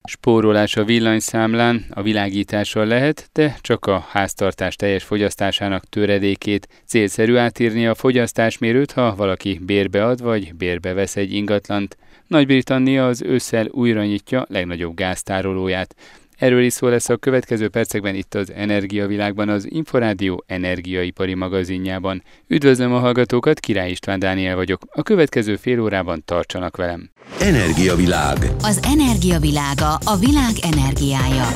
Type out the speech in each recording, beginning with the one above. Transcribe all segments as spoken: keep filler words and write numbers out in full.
Spórolás a villanyszámlán a világítással lehet, de csak a háztartás teljes fogyasztásának töredékét. Célszerű átírni a fogyasztásmérőt, ha valaki bérbe ad vagy bérbe vesz egy ingatlant. Nagy-Britannia az ősszel újra nyitja legnagyobb gáztárolóját. Erről is szó lesz a következő percekben itt az Energiavilágban, az Inforádió energiaipari magazinjában. Üdvözlöm a hallgatókat, Király István Dániel vagyok. A következő fél órában tartsanak velem. Energiavilág. Az energiavilága, a világ energiája.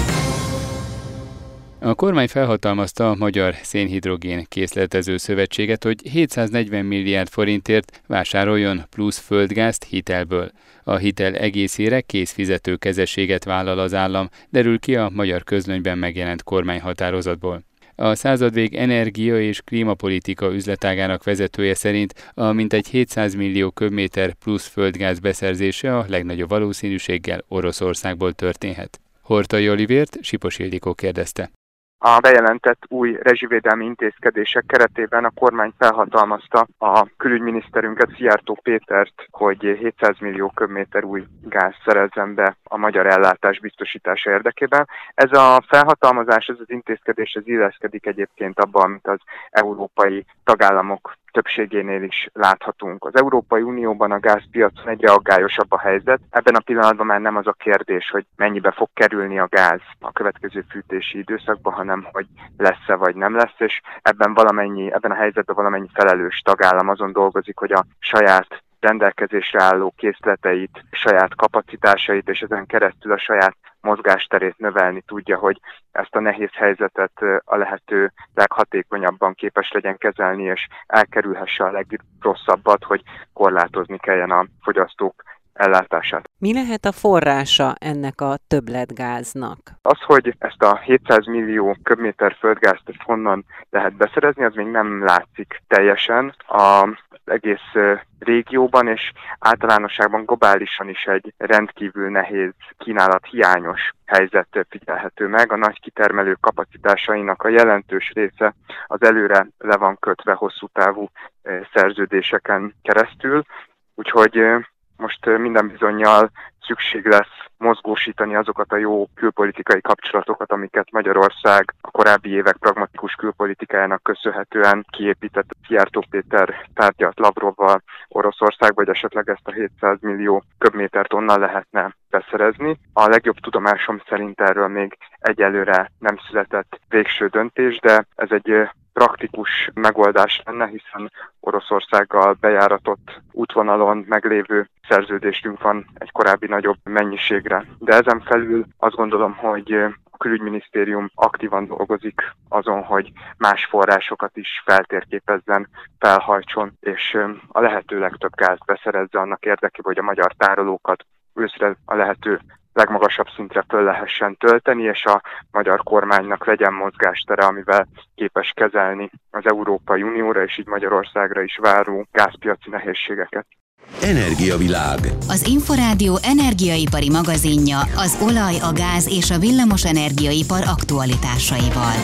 A kormány felhatalmazta a Magyar Szénhidrogén Készletező Szövetséget, hogy hétszáznegyven milliárd forintért vásároljon plusz földgázt hitelből. A hitel egészére készfizetőkezességet vállal az állam, derül ki a Magyar Közlönyben megjelent kormányhatározatból. A századvég energia és klímapolitika üzletágának vezetője szerint a mintegy hétszáz millió köbméter plusz földgáz beszerzése a legnagyobb valószínűséggel Oroszországból történhet. Hortai Olivért Sipos Ildikó kérdezte. A bejelentett új rezsivédelmi intézkedések keretében a kormány felhatalmazta a külügyminiszterünket, Szijjártó Pétert, hogy hétszáz millió köbméter új gáz szerezzen be a magyar ellátás biztosítása érdekében. Ez a felhatalmazás, ez az intézkedés, ez illeszkedik egyébként abba, amit az európai tagállamok többségénél is láthatunk. Az Európai Unióban a gázpiacon egyre aggályosabb a helyzet. Ebben a pillanatban már nem az a kérdés, hogy mennyibe fog kerülni a gáz a következő fűtési időszakban, hanem hogy lesz-e vagy nem lesz, és ebben valamennyi, ebben a helyzetben valamennyi felelős tagállam azon dolgozik, hogy a saját rendelkezésre álló készleteit, saját kapacitásait és ezen keresztül a saját mozgásterét növelni tudja, hogy ezt a nehéz helyzetet a lehető leghatékonyabban képes legyen kezelni, és elkerülhesse a legrosszabbat, hogy korlátozni kelljen a fogyasztók ellátását. Mi lehet a forrása ennek a többletgáznak? Az, hogy ezt a hétszáz millió köbméter földgázt ezt honnan lehet beszerezni, az még nem látszik teljesen az egész régióban, és általánosságban globálisan is egy rendkívül nehéz, kínálat hiányos helyzet figyelhető meg. A nagy kitermelő kapacitásainak a jelentős része az előre le van kötve hosszú távú szerződéseken keresztül, úgyhogy most minden bizonnyal szükség lesz mozgósítani azokat a jó külpolitikai kapcsolatokat, amiket Magyarország a korábbi évek pragmatikus külpolitikájának köszönhetően kiépített. Szijjártó Péter tárgyalt Lavrovval Oroszország, vagy esetleg ezt a hétszáz millió köbmétert onnan lehetne beszerezni. A legjobb tudomásom szerint erről még egyelőre nem született végső döntés, de ez egy praktikus megoldás lenne, hiszen Oroszországgal bejáratott útvonalon meglévő szerződésünk van egy korábbi nagyobb mennyiségre. De ezen felül azt gondolom, hogy a külügyminisztérium aktívan dolgozik azon, hogy más forrásokat is feltérképezzen, felhajtson, és a lehető legtöbb gázt beszerezze annak érdekében, hogy a magyar tárolókat őszre a lehető legmagasabb szintre föl lehessen tölteni, és a magyar kormánynak legyen mozgástere, amivel képes kezelni az Európai Unióra és így Magyarországra is váró gázpiaci nehézségeket. Energiavilág. Az Inforádió energiaipari magazinja az olaj, a gáz és a villamos energiaipar aktualitásaival.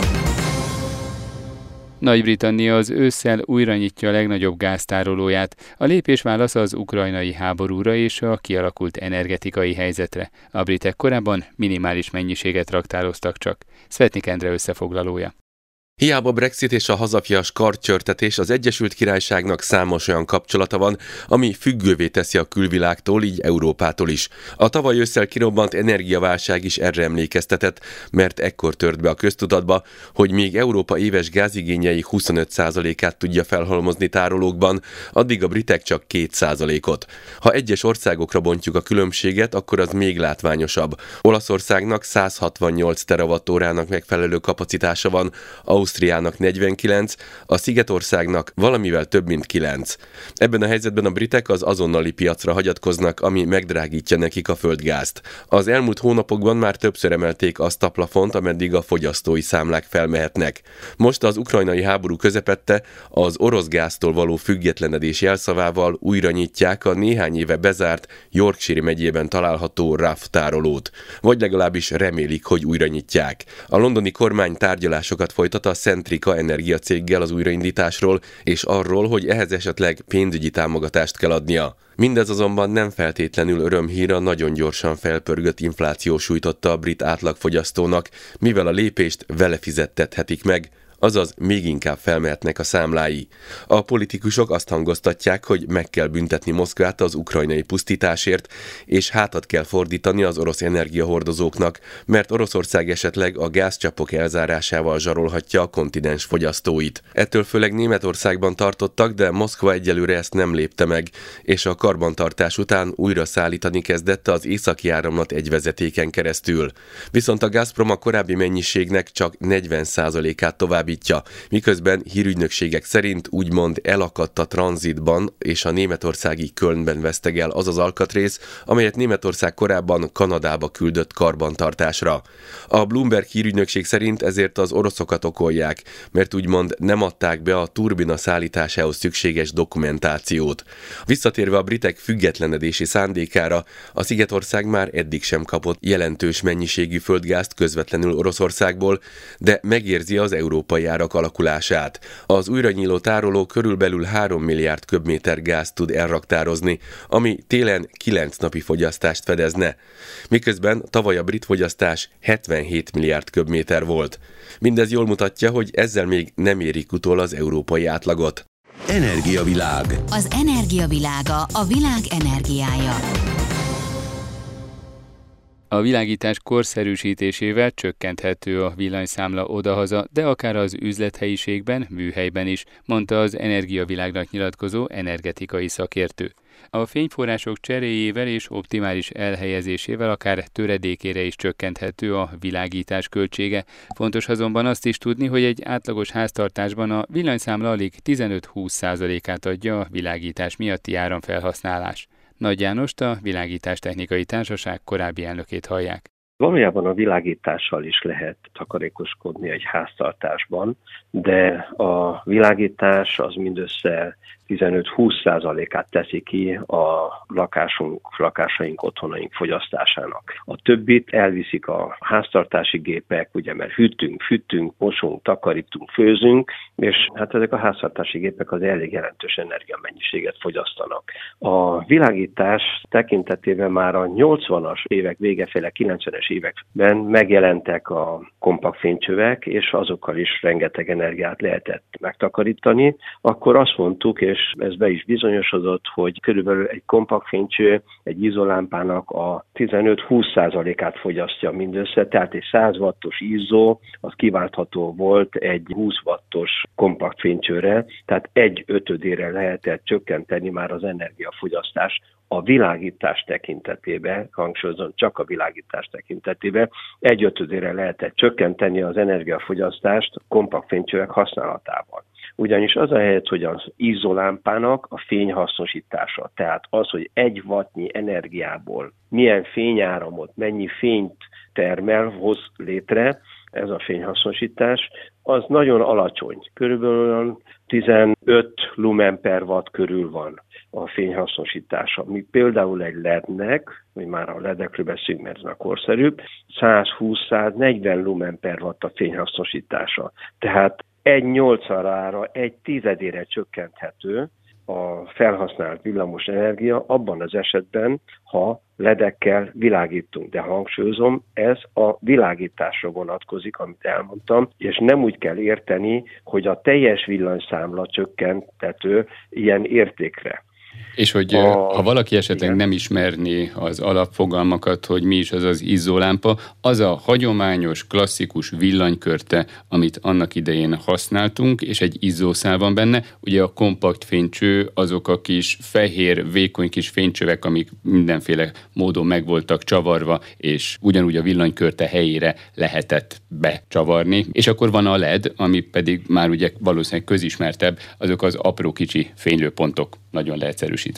Nagy-Britannia az ősszel újra nyitja a legnagyobb gáztárolóját. A lépés válasz az ukrajnai háborúra és a kialakult energetikai helyzetre. A britek korábban minimális mennyiséget raktároztak csak. Szvetnik Endre összefoglalója. Hiába Brexit és a hazafias kartcsörtetés, az Egyesült Királyságnak számos olyan kapcsolata van, ami függővé teszi a külvilágtól, így Európától is. A tavaly ősszel kirobbant energiaválság is erre emlékeztetett, mert ekkor tört be a köztudatba, hogy míg Európa éves gázigényei huszonöt százalékát tudja felhalmozni tárolókban, addig a britek csak két százalékot. Ha egyes országokra bontjuk a különbséget, akkor az még látványosabb. Olaszországnak száz hatvannyolc terawattórának megfelelő kapacitása van, Ausztriának negyvenkilenc, a Szigetországnak valamivel több mint kilenc. Ebben a helyzetben a britek az azonnali piacra hagyatkoznak, ami megdrágítja nekik a földgázt. Az elmúlt hónapokban már többször emelték azt a plafont, ameddig a fogyasztói számlák felmehetnek. Most az ukrajnai háború közepette az orosz gáztól való függetlenedés jelszavával újra nyitják a néhány éve bezárt Yorkshire megyében található Rough tárolót. Vagy legalábbis remélik, hogy újra nyitják. A londoni kormány tárgyalásokat folytat a Centrica energiacéggel az újraindításról, és arról, hogy ehhez esetleg pénzügyi támogatást kell adnia. Mindez azonban nem feltétlenül örömhír, a nagyon gyorsan felpörgött infláció sújtotta a brit átlagfogyasztónak, mivel a lépést vele fizettethetik meg, azaz még inkább felmehetnek a számlái. A politikusok azt hangoztatják, hogy meg kell büntetni Moszkvát az ukrajnai pusztításért, és hátat kell fordítani az orosz energiahordozóknak, mert Oroszország esetleg a gázcsapok elzárásával zsarolhatja a kontinens fogyasztóit. Ettől főleg Németországban tartottak, de Moszkva egyelőre ezt nem lépte meg, és a karbantartás után újra szállítani kezdett az északi áramlat egy vezetéken keresztül. Viszont a Gazprom a korábbi mennyiségnek csak negyven százalékát tovább miközben hírügynökségek szerint úgymond elakadt a tranzitban, és a németországi Kölnben vesztegel az az alkatrész, amelyet Németország korábban Kanadába küldött karbantartásra. A Bloomberg hírügynökség szerint ezért az oroszokat okolják, mert úgymond nem adták be a turbina szállításához szükséges dokumentációt. Visszatérve a britek függetlenedési szándékára, a Szigetország már eddig sem kapott jelentős mennyiségű földgázt közvetlenül Oroszországból, de megérzi az európai árak alakulását. Az újranyíló tároló körülbelül három milliárd köbméter gázt tud elraktározni, ami télen kilenc napi fogyasztást fedezne. Miközben tavaly a brit fogyasztás hetvenhét milliárd köbméter volt. Mindez jól mutatja, hogy ezzel még nem érik utol az európai átlagot. Energiavilág. Az energiavilága a világ energiája. A világítás korszerűsítésével csökkenthető a villanyszámla odahaza, de akár az üzlethelyiségben, műhelyben is, mondta az Energiavilágnak nyilatkozó energetikai szakértő. A fényforrások cseréjével és optimális elhelyezésével akár töredékére is csökkenthető a világítás költsége. Fontos azonban azt is tudni, hogy egy átlagos háztartásban a villanyszámla alig tizenöt-húsz százalékát adja a világítás miatti áramfelhasználás. Nagy Jánost, a Világítástechnikai Társaság korábbi elnökét hallják. Valójában a világítással is lehet takarékoskodni egy háztartásban, de a világítás az mindössze tizenöt-húsz százalékát teszi ki a lakásunk, lakásaink, otthonaink fogyasztásának. A többit elviszik a háztartási gépek, ugye, mert hűtünk, fűtünk, mosunk, takarítunk, főzünk, és hát ezek a háztartási gépek az elég jelentős energiamennyiséget fogyasztanak. A világítás tekintetében már a nyolcvanas évek végeféle, kilencvenes években megjelentek a kompakt fénycsövek, és azokkal is rengeteg energiát lehetett megtakarítani. Akkor azt mondtuk, és ez be is bizonyosodott, hogy körülbelül egy kompakt fénycső egy izzólámpának a tizenöt-húsz százalékát fogyasztja mindössze, tehát egy száz wattos izzó az kiváltható volt egy húsz wattos kompakt fénycsőre, tehát egy ötödére lehetett csökkenteni már az energiafogyasztás a világítás tekintetében, hangsúlyozom, csak a világítás tekintetében, egy ötödére lehetett csökkenteni az energiafogyasztást kompakt fénycsövek használatával. Ugyanis az a helyzet, hogy az izzólámpának a fényhasznosítása, tehát az, hogy egy wattnyi energiából milyen fényáramot, mennyi fényt termel, hoz létre, ez a fényhasznosítás, az nagyon alacsony. Körülbelül tizenöt lumen per watt körül van a fényhasznosítása. Mi például egy el é dé-nek, vagy már a el é dé-ekről beszélünk, mert ez a korszerűbb, százhúsz-száznegyven lumen per watt a fényhasznosítása. Tehát egy nyolcadára, egy tizedére csökkenthető a felhasznált villamos energia abban az esetben, ha ledekkel világítunk. De hangsúlyozom, ez a világításra vonatkozik, amit elmondtam, és nem úgy kell érteni, hogy a teljes villanyszámla csökkenthető ilyen értékre. És hogy a, ha valaki esetleg igen. nem ismerné az alapfogalmakat, hogy mi is az az izzólámpa, az a hagyományos, klasszikus villanykörte, amit annak idején használtunk, és egy izzószál van benne. Ugye a kompakt fénycső azok a kis fehér, vékony kis fénycsövek, amik mindenféle módon meg voltak csavarva, és ugyanúgy a villanykörte helyére lehetett becsavarni. És akkor van a el é dé, ami pedig már ugye valószínűleg közismertebb, azok az apró kicsi fénylőpontok, nagyon leegyszerűsítve.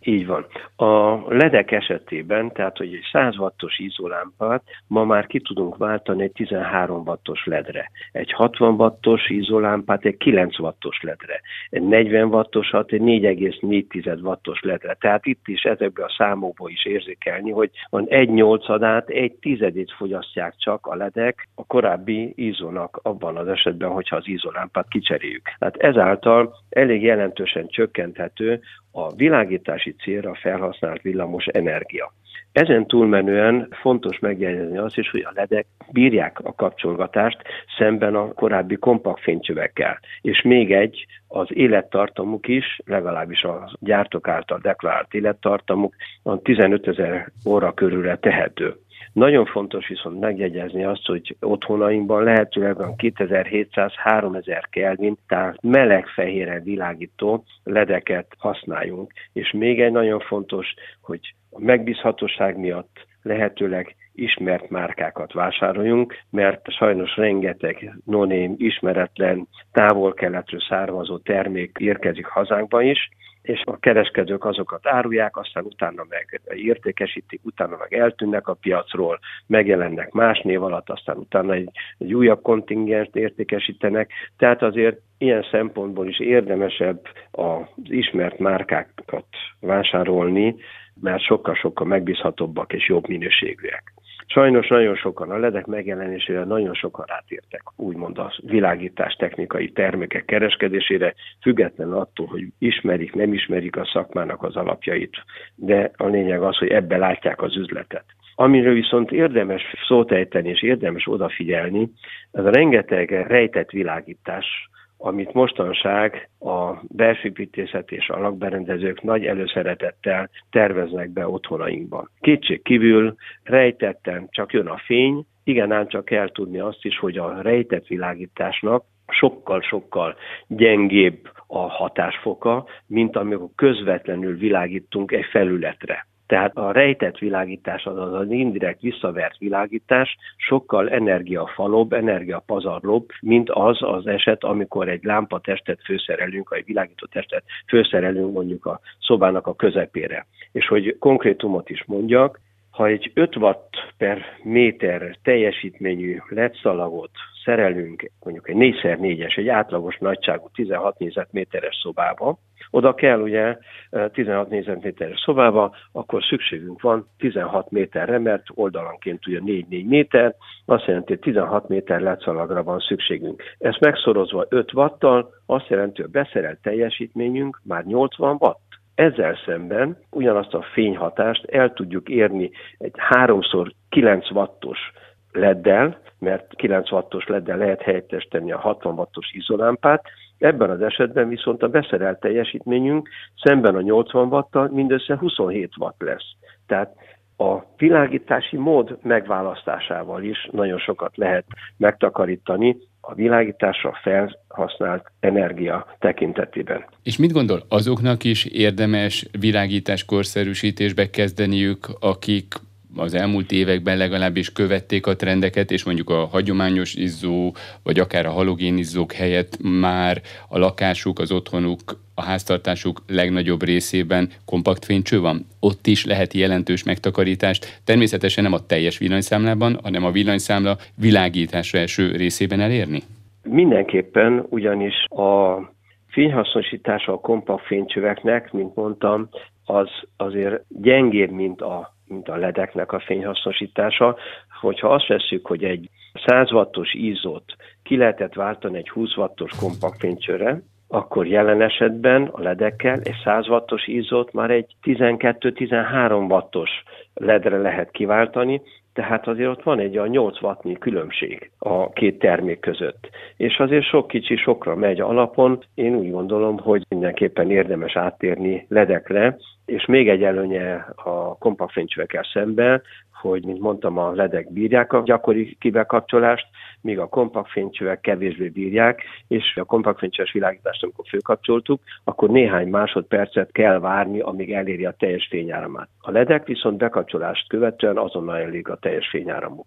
Így van. A ledek esetében, tehát hogy egy száz wattos izolámpát ma már ki tudunk váltani egy tizenhárom wattos ledre. Egy hatvan wattos izolámpát egy kilenc wattos ledre. Egy negyven wattosat egy négy egész négy wattos ledre. Tehát itt is ezekből a számokból is érzékelni, hogy van egy nyolcadát, egy tizedét fogyasztják csak a ledek a korábbi izónak abban az esetben, hogyha az izolámpát kicseréljük. Tehát ezáltal elég jelentősen csökkenthető a világítási célra felhasznált villamos energia. Ezen túlmenően fontos megjegyezni azt is, hogy a ledek bírják a kapcsolgatást szemben a korábbi kompakt fénycsövekkel. És még egy, az élettartamuk is, legalábbis a gyártók által deklarált élettartamuk a tizenötezer óra körülre tehető. Nagyon fontos viszont megjegyezni azt, hogy otthonainkban lehetőleg van kétezer-hétszáz-háromezer Kelvin, tehát meleg fehéren világító ledeket használjunk. És még egy nagyon fontos, hogy a megbízhatóság miatt lehetőleg ismert márkákat vásároljunk, mert sajnos rengeteg no-name, ismeretlen, távol-keletről származó termék érkezik hazánkba is, és a kereskedők azokat árulják, aztán utána meg értékesítik, utána meg eltűnnek a piacról, megjelennek más név alatt, aztán utána egy, egy újabb kontingenst értékesítenek. Tehát azért ilyen szempontból is érdemesebb az ismert márkákat vásárolni, mert sokkal-sokkal megbízhatóbbak és jobb minőségűek. Sajnos nagyon sokan a ledek megjelenésére nagyon sokan rátértek, úgymond a világítás technikai termékek kereskedésére, függetlenül attól, hogy ismerik, nem ismerik a szakmának az alapjait. De a lényeg az, hogy ebbe látják az üzletet. Amiről viszont érdemes szót ejteni és érdemes odafigyelni, ez a rengeteg rejtett világítás, amit mostanság a belsőépítészet és a lakberendezők nagy előszeretettel terveznek be otthonainkban. Kétség kívül rejtetten csak jön a fény, igen, ám csak kell tudni azt is, hogy a rejtett világításnak sokkal-sokkal gyengébb a hatásfoka, mint amikor közvetlenül világítunk egy felületre. Tehát a rejtett világítás, azaz az indirekt visszavert világítás sokkal energiafalóbb, energiapazarlóbb, mint az az eset, amikor egy lámpatestet főszerelünk, vagy egy világító testet főszerelünk mondjuk a szobának a közepére. És hogy konkrétumot is mondjak, ha egy öt watt per méter teljesítményű ledszalagot szerelünk mondjuk egy négy szer négyes, egy átlagos nagyságú tizenhat négyzetméteres szobába, oda kell ugye tizenhat négyzetméteres szobába, akkor szükségünk van tizenhat méterre, mert oldalanként ugye négy négy méter, azt jelenti, hogy tizenhat méter ledszalagra van szükségünk. Ezt megszorozva öt watttal, azt jelenti, hogy a beszerelt teljesítményünk már nyolcvan watt. Ezzel szemben ugyanazt a fényhatást el tudjuk érni egy háromszor kilenc wattos leddel, mert kilenc wattos leddel lehet helyettesíteni a hatvan wattos izolámpát, ebben az esetben viszont a beszerelt teljesítményünk szemben a nyolcvan watttal mindössze huszonhét watt lesz. Tehát a világítási mód megválasztásával is nagyon sokat lehet megtakarítani a világításra felhasznált energia tekintetében. És mit gondol, azoknak is érdemes világítás korszerűsítésbe kezdeniük, akik az elmúlt években legalábbis követték a trendeket, és mondjuk a hagyományos izzó, vagy akár a halogénizzók helyett már a lakásuk, az otthonuk, a háztartásuk legnagyobb részében kompakt fénycső van? Ott is lehet jelentős megtakarítást, természetesen nem a teljes villanyszámlában, hanem a villanyszámla világításra eső részében elérni? Mindenképpen, ugyanis a fényhasznosítása a kompakt fénycsöveknek, mint mondtam, az azért gyengébb, mint a mint a ledeknek a fényhasznosítása. Hogyha azt vesszük, hogy egy száz wattos izzót ki lehetett váltani egy húsz wattos kompakt fénycsőre, akkor jelen esetben a ledekkel egy száz wattos izzót már egy tizenkettő-tizenhárom wattos ledre lehet kiváltani, tehát azért ott van egy a nyolc wattnyi különbség a két termék között. És azért sok kicsi sokra megy alapon, én úgy gondolom, hogy mindenképpen érdemes áttérni ledekre, és még egy előnye a kompakt fénycsövekkel szemben, hogy, mint mondtam, a ledek bírják a gyakori kibekapcsolást, míg a kompakt fénycsövek kevésbé bírják, és a kompakt fénycsöves világítást, amikor fölkapcsoltuk, akkor néhány másodpercet kell várni, amíg eléri a teljes fényáramát. A ledek viszont bekapcsolást követően azonnal elérik a teljes fényáramukat.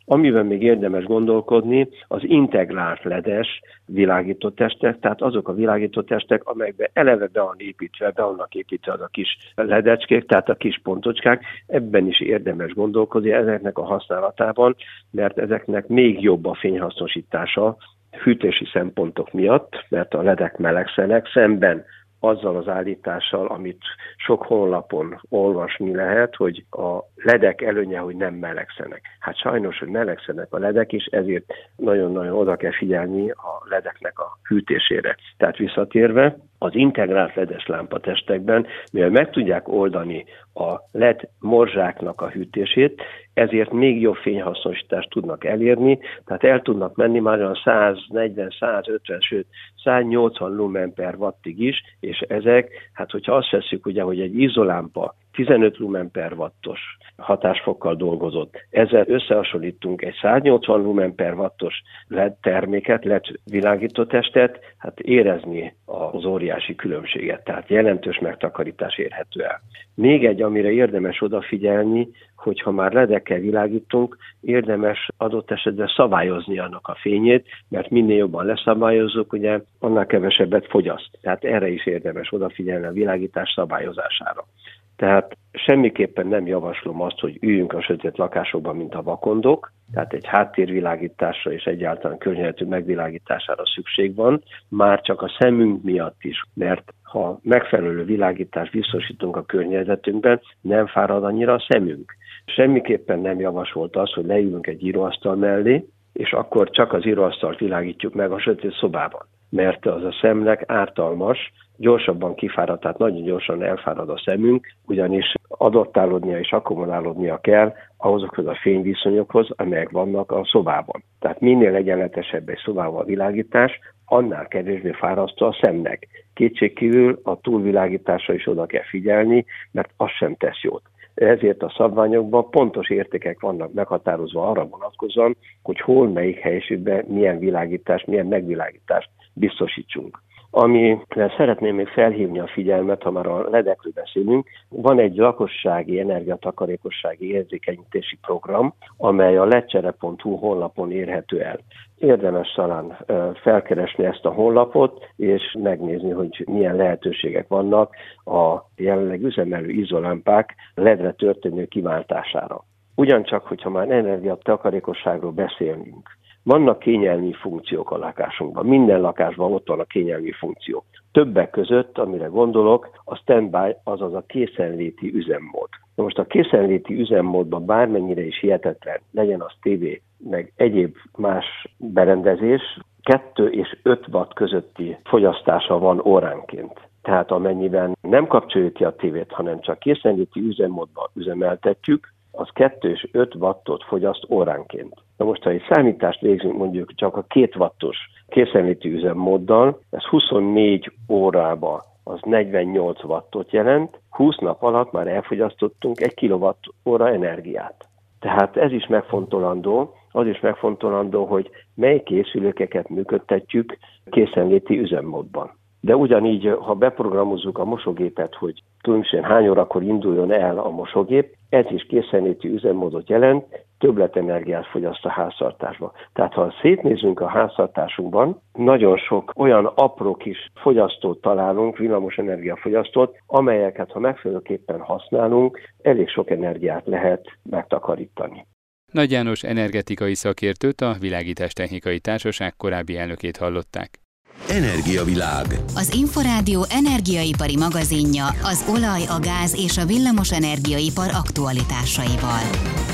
Amiben még érdemes gondolkodni, az integrált ledes világítótestek, tehát azok a világítótestek, amelyekben eleve be van építve, be vannak építve az a kis ledecskék, tehát a kis pontocskák, ebben is érdemes gondolkodni ezeknek a használatában, mert ezeknek még jobb a fényhasznosítása hűtési szempontok miatt, mert a ledek melegszenek szemben azzal az állítással, amit sok honlapon olvasni lehet, hogy a ledek előnye, hogy nem melegszenek. Hát sajnos, hogy melegszenek a ledek is, ezért nagyon-nagyon oda kell figyelni a ledeknek a hűtésére. Tehát visszatérve, az integrált ledes lámpatestekben, mivel meg tudják oldani a led morzsáknak a hűtését, ezért még jobb fényhasznosítást tudnak elérni, tehát el tudnak menni már olyan száznegyven, százötven, sőt száznyolcvan lumen per wattig is, és ezek, hát hogyha azt veszük ugye, hogy egy izolámpa tizenöt lumen per wattos hatásfokkal dolgozott. Ezzel összehasonlítunk egy száznyolcvan lumen per wattos led terméket, led világítótestet, hát érezni az óriási különbséget, tehát jelentős megtakarítás érhető el. Még egy, amire érdemes odafigyelni, hogyha már ledekkel világítunk, érdemes adott esetben szabályozni annak a fényét, mert minél jobban leszabályozzuk, ugye annál kevesebbet fogyaszt. Tehát erre is érdemes odafigyelni a világítás szabályozására. Tehát semmiképpen nem javaslom azt, hogy üljünk a sötét lakásokban, mint a vakondok, tehát egy háttérvilágításra és egyáltalán környezetünk megvilágítására szükség van, már csak a szemünk miatt is, mert ha megfelelő világítást biztosítunk a környezetünkben, nem fárad annyira a szemünk. Semmiképpen nem javasolt az, hogy leülünk egy íróasztal mellé, és akkor csak az íróasztalt világítjuk meg a sötét szobában, mert az a szemnek ártalmas, gyorsabban kifárad, tehát nagyon gyorsan elfárad a szemünk, ugyanis adaptálódnia és akkumulálódnia kell ahhozokhoz a fényviszonyokhoz, amelyek vannak a szobában. Tehát minél egyenletesebb egy szobában a világítás, annál kevésbé fárasztó a szemnek. Kétségkívül a túlvilágításra is oda kell figyelni, mert az sem tesz jót. Ezért a szabványokban pontos értékek vannak meghatározva arra vonatkozóan, hogy hol, melyik helyiségben milyen világítást, milyen megvilágítást biztosítsunk. Amire szeretném még felhívni a figyelmet, ha már a ledekről beszélünk, van egy lakossági energiatakarékossági érzékenyítési program, amely a ledcsere pont hu honlapon érhető el. Érdemes talán felkeresni ezt a honlapot, és megnézni, hogy milyen lehetőségek vannak a jelenleg üzemelő izolámpák ledre történő kiváltására. Ugyancsak, hogyha már energiatakarékosságról beszélünk, vannak kényelmi funkciók a lakásunkban. Minden lakásban ott van a kényelmi funkció. Többek között, amire gondolok, a standby, azaz a készenléti üzemmód. Na most a készenléti üzemmódban bármennyire is hihetetlen, legyen az tévé, meg egyéb más berendezés, kettő és öt watt közötti fogyasztása van óránként. Tehát amennyiben nem kapcsoljuk ki a tévét, hanem csak készenléti üzemmódban üzemeltetjük, az kettő és öt wattot fogyaszt óránként. Na most, ha egy számítást végzünk mondjuk csak a két wattos készenléti üzemmóddal, ez huszonnégy órába az negyvennyolc wattot jelent, húsz nap alatt már elfogyasztottunk egy kilowatt-óra energiát. Tehát ez is megfontolandó, az is megfontolandó, hogy mely készülékeket működtetjük készenléti üzemmódban. De ugyanígy, ha beprogramozzuk a mosógépet, hogy tulajdonképpen hány órakor induljon el a mosógép, ez is készenléti üzemmódot jelent, többletenergiát fogyaszt a háztartásba. Tehát ha szétnézünk a háztartásunkban, nagyon sok olyan apró kis fogyasztót találunk, villamosenergia fogyasztót, amelyeket ha megfelelőképpen használunk, elég sok energiát lehet megtakarítani. Nagy János energetikai szakértőt, a Világítástechnikai Társaság korábbi elnökét hallották. Energiavilág. Az Inforádió energiaipari magazinja az olaj, a gáz és a villamos energiaipar aktualitásaival.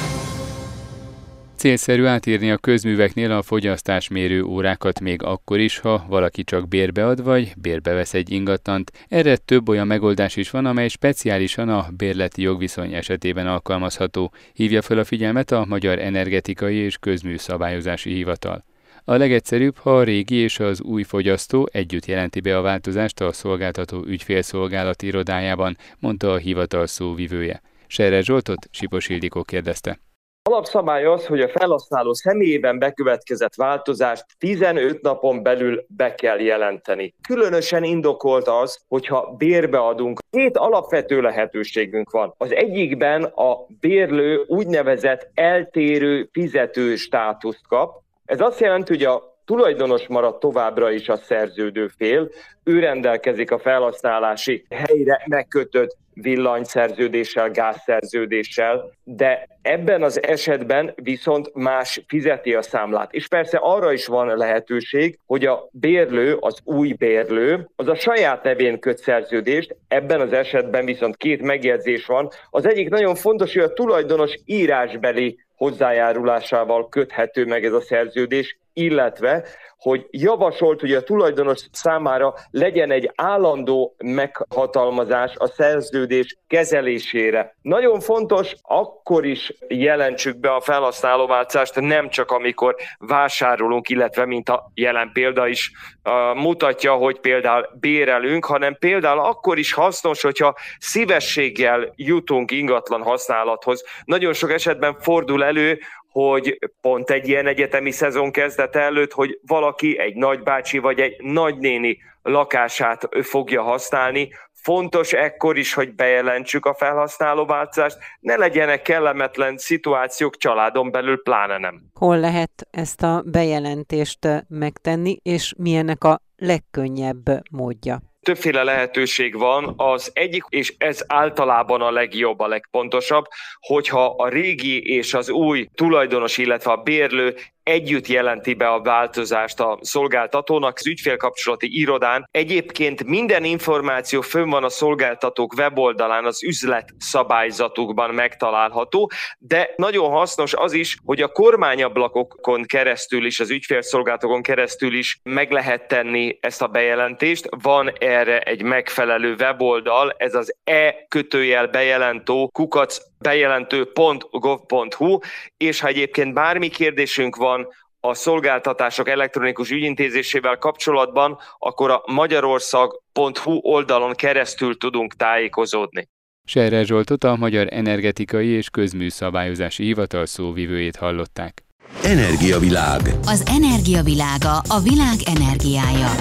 Célszerű átírni a közműveknél a fogyasztásmérő órákat még akkor is, ha valaki csak bérbe ad vagy bérbe vesz egy ingatlant. Erre több olyan megoldás is van, amely speciálisan a bérleti jogviszony esetében alkalmazható. Hívja fel a figyelmet a Magyar Energetikai és Közműszabályozási Hivatal. A legegyszerűbb, ha a régi és az új fogyasztó együtt jelenti be a változást a szolgáltató ügyfélszolgálati irodájában, mondta a hivatal szóvivője. Serre Zsoltot Sipos Ildikó kérdezte. Alapszabály az, hogy a felhasználó személyében bekövetkezett változást tizenöt napon belül be kell jelenteni. Különösen indokolt az, hogyha bérbe adunk. Két alapvető lehetőségünk van. Az egyikben a bérlő úgynevezett eltérő fizető státuszt kap. Ez azt jelenti, hogy a tulajdonos marad továbbra is a szerződő fél, ő rendelkezik a felhasználási helyre megkötött villanyszerződéssel, gázszerződéssel, de ebben az esetben viszont más fizeti a számlát. És persze arra is van lehetőség, hogy a bérlő, az új bérlő, az a saját nevén köt szerződést, ebben az esetben viszont két megjegyzés van. Az egyik nagyon fontos, hogy a tulajdonos írásbeli hozzájárulásával köthető meg ez a szerződés, illetve, hogy javasolt, hogy a tulajdonos számára legyen egy állandó meghatalmazás a szerződés kezelésére. Nagyon fontos, akkor is jelentsük be a felhasználóváltást, nem csak amikor vásárolunk, illetve mint a jelen példa is uh, mutatja, hogy például bérelünk, hanem például akkor is hasznos, hogyha szívességgel jutunk ingatlan használathoz. Nagyon sok esetben fordul elő, hogy pont egy ilyen egyetemi szezon kezdete előtt, hogy valaki, egy nagybácsi vagy egy nagynéni lakását fogja használni. Fontos ekkor is, hogy bejelentsük a felhasználóváltást, ne legyenek kellemetlen szituációk családon belül, pláne nem. Hol lehet ezt a bejelentést megtenni, és milyennek a legkönnyebb módja? Többféle lehetőség van, az egyik, és ez általában a legjobb, a legfontosabb, hogyha a régi és az új tulajdonos, illetve a bérlő együtt jelenti be a változást a szolgáltatónak, az ügyfélkapcsolati irodán. Egyébként minden információ fönn van a szolgáltatók weboldalán, az üzletszabályzatukban megtalálható, de nagyon hasznos az is, hogy a kormányablakokon keresztül is, az ügyfélszolgáltatókon keresztül is meg lehet tenni ezt a bejelentést. Van erre egy megfelelő weboldal, ez az e-kötőjel bejelentő kukac bejelentő pont gov pont hu, és ha egyébként bármi kérdésünk van a szolgáltatások elektronikus ügyintézésével kapcsolatban, akkor a magyarország pont hu oldalon keresztül tudunk tájékozódni. Sejrer Zsoltot, a Magyar Energetikai és Közműszabályozási Hivatal szóvivőjét hallották. Energiavilág. Az energiavilága, a világ energiája.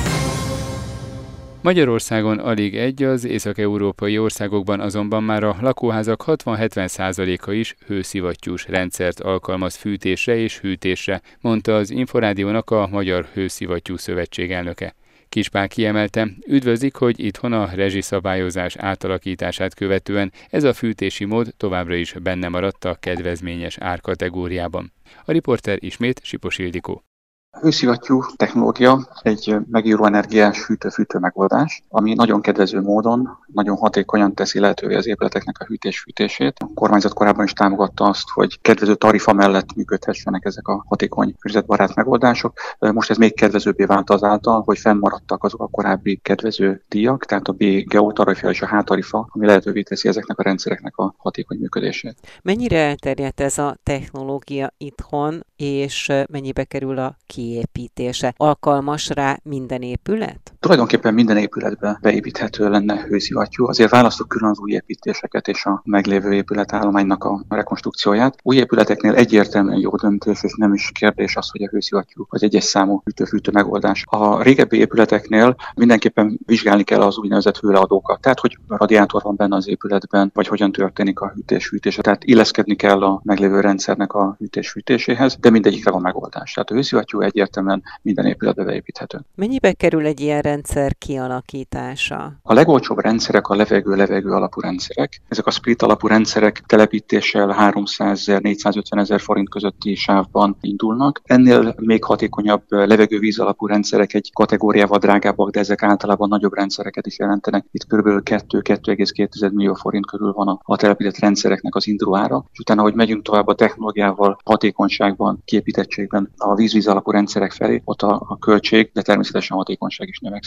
Magyarországon alig egy, az észak-európai országokban azonban már a lakóházak hatvan-hetven százaléka is hőszivattyús rendszert alkalmaz fűtésre és hűtésre, mondta az Inforádiónak a Magyar Hőszivattyú Szövetség elnöke. Kispál kiemelte, üdvözlik, hogy itthon a rezsiszabályozás átalakítását követően ez a fűtési mód továbbra is benne maradt a kedvezményes árkategóriában. A riporter ismét Sipos Ildikó. A hőszivattyú technológia egy megújuló energiás hűtő-fűtő megoldás, ami nagyon kedvező módon, nagyon hatékonyan teszi lehetővé az épületeknek a hűtés-fűtését. A kormányzat korábban is támogatta azt, hogy kedvező tarifa mellett működhessenek ezek a hatékony környezetbarát megoldások. Most ez még kedvezőbbé vált azáltal, hogy fennmaradtak azok a korábbi kedvező díjak, tehát a B-Geo tarifa és a H-tarifa, ami lehetővé teszi ezeknek a rendszereknek a hatékony működését. Mennyire elterjedt ez a technológia itthon, és mennyibe kerül a kiépítése? Alkalmas rá minden épület? Tulajdonképpen minden épületbe beépíthető lenne hőszivattyú. Azért választok külön az új építéseket és a meglévő épületállománynak a rekonstrukcióját. Új épületeknél egyértelműen jó döntés, és nem is kérdés az, hogy a hőszivattyú az egyes számú hűtő-fűtő megoldás. A régebbi épületeknél mindenképpen vizsgálni kell az úgynevezett hőleadókat. Tehát, hogy a radiátor van benne az épületben, vagy hogyan történik a hűtés-fűtése. Tehát illeszkedni kell a meglévő rendszernek a hűtés-fűtéséhez, de mindegyikre van megoldás. Tehát a hőszivattyú egyértelműen minden épületbe beépíthető. Mennyibe kerül egy ilyen rendszer kialakítása? A legolcsóbb rendszerek a levegő-levegő alapú rendszerek. Ezek a split alapú rendszerek telepítéssel háromszázezer-négyszázötven ezer forint közötti sávban indulnak. Ennél még hatékonyabb levegő-víz alapú rendszerek egy kategóriával drágábbak, de ezek általában nagyobb rendszereket is jelentenek. Itt kb. kettő-kettő egész két millió forint körül van a, a telepített rendszereknek az induló ára. És utána, hogy megyünk tovább a technológiával, hatékonyságban, kiépítettségben a víz-víz alapú rendszerek felé, ott a, a költség, de természetesen a hatékonyság is növekszik.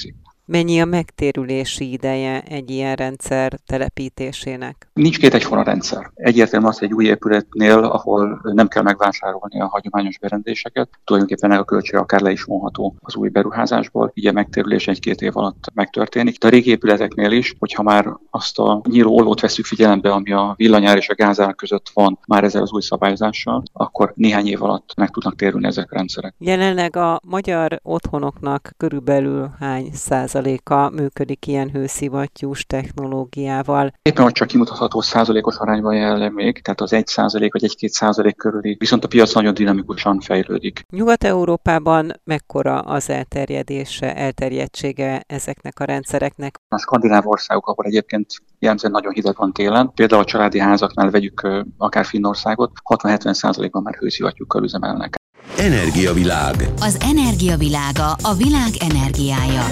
Mennyi a megtérülési ideje egy ilyen rendszer telepítésének? Nincs két egyforma rendszer. Egyértelmű az, hogy egy új épületnél, ahol nem kell megvásárolni a hagyományos berendezéseket, tulajdonképpen a költség akár le is vonható az új beruházásból, így a megtérülés egy-két év alatt megtörténik. De a régi épületeknél is, hogyha már azt a nyíló ollót veszük figyelembe, ami a villanyár és a gázár között van már ezzel az új szabályozással, akkor néhány év alatt meg tudnak térülni ezek a rendszerek. Jelenleg a magyar otthonoknak körülbelül hány százaléka működik ilyen hőszivattyús technológiával? Éppen hogy csak kimutatható százalékos arányban jelenleg még, tehát az egy százalék vagy egy-két százalék körüli, viszont a piac nagyon dinamikusan fejlődik. Nyugat-Európában mekkora az elterjedése, elterjedtsége ezeknek a rendszereknek? A skandináv országok, ahol egyébként jellemzően nagyon hideg van télen, például a családi házaknál vegyük akár Finnországot, hatvan-hetven százalékban már hőszivattyúkkal üzemelnek. Energiavilág. Az energiavilága, a világ energiája.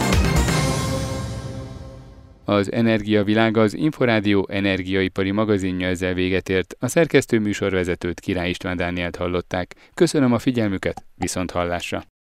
Az Energiavilága az Inforádió energiaipari magazinja ezzel véget ért. A szerkesztő műsorvezetőt, Király István Dánielt hallották. Köszönöm a figyelmüket, viszont hallásra!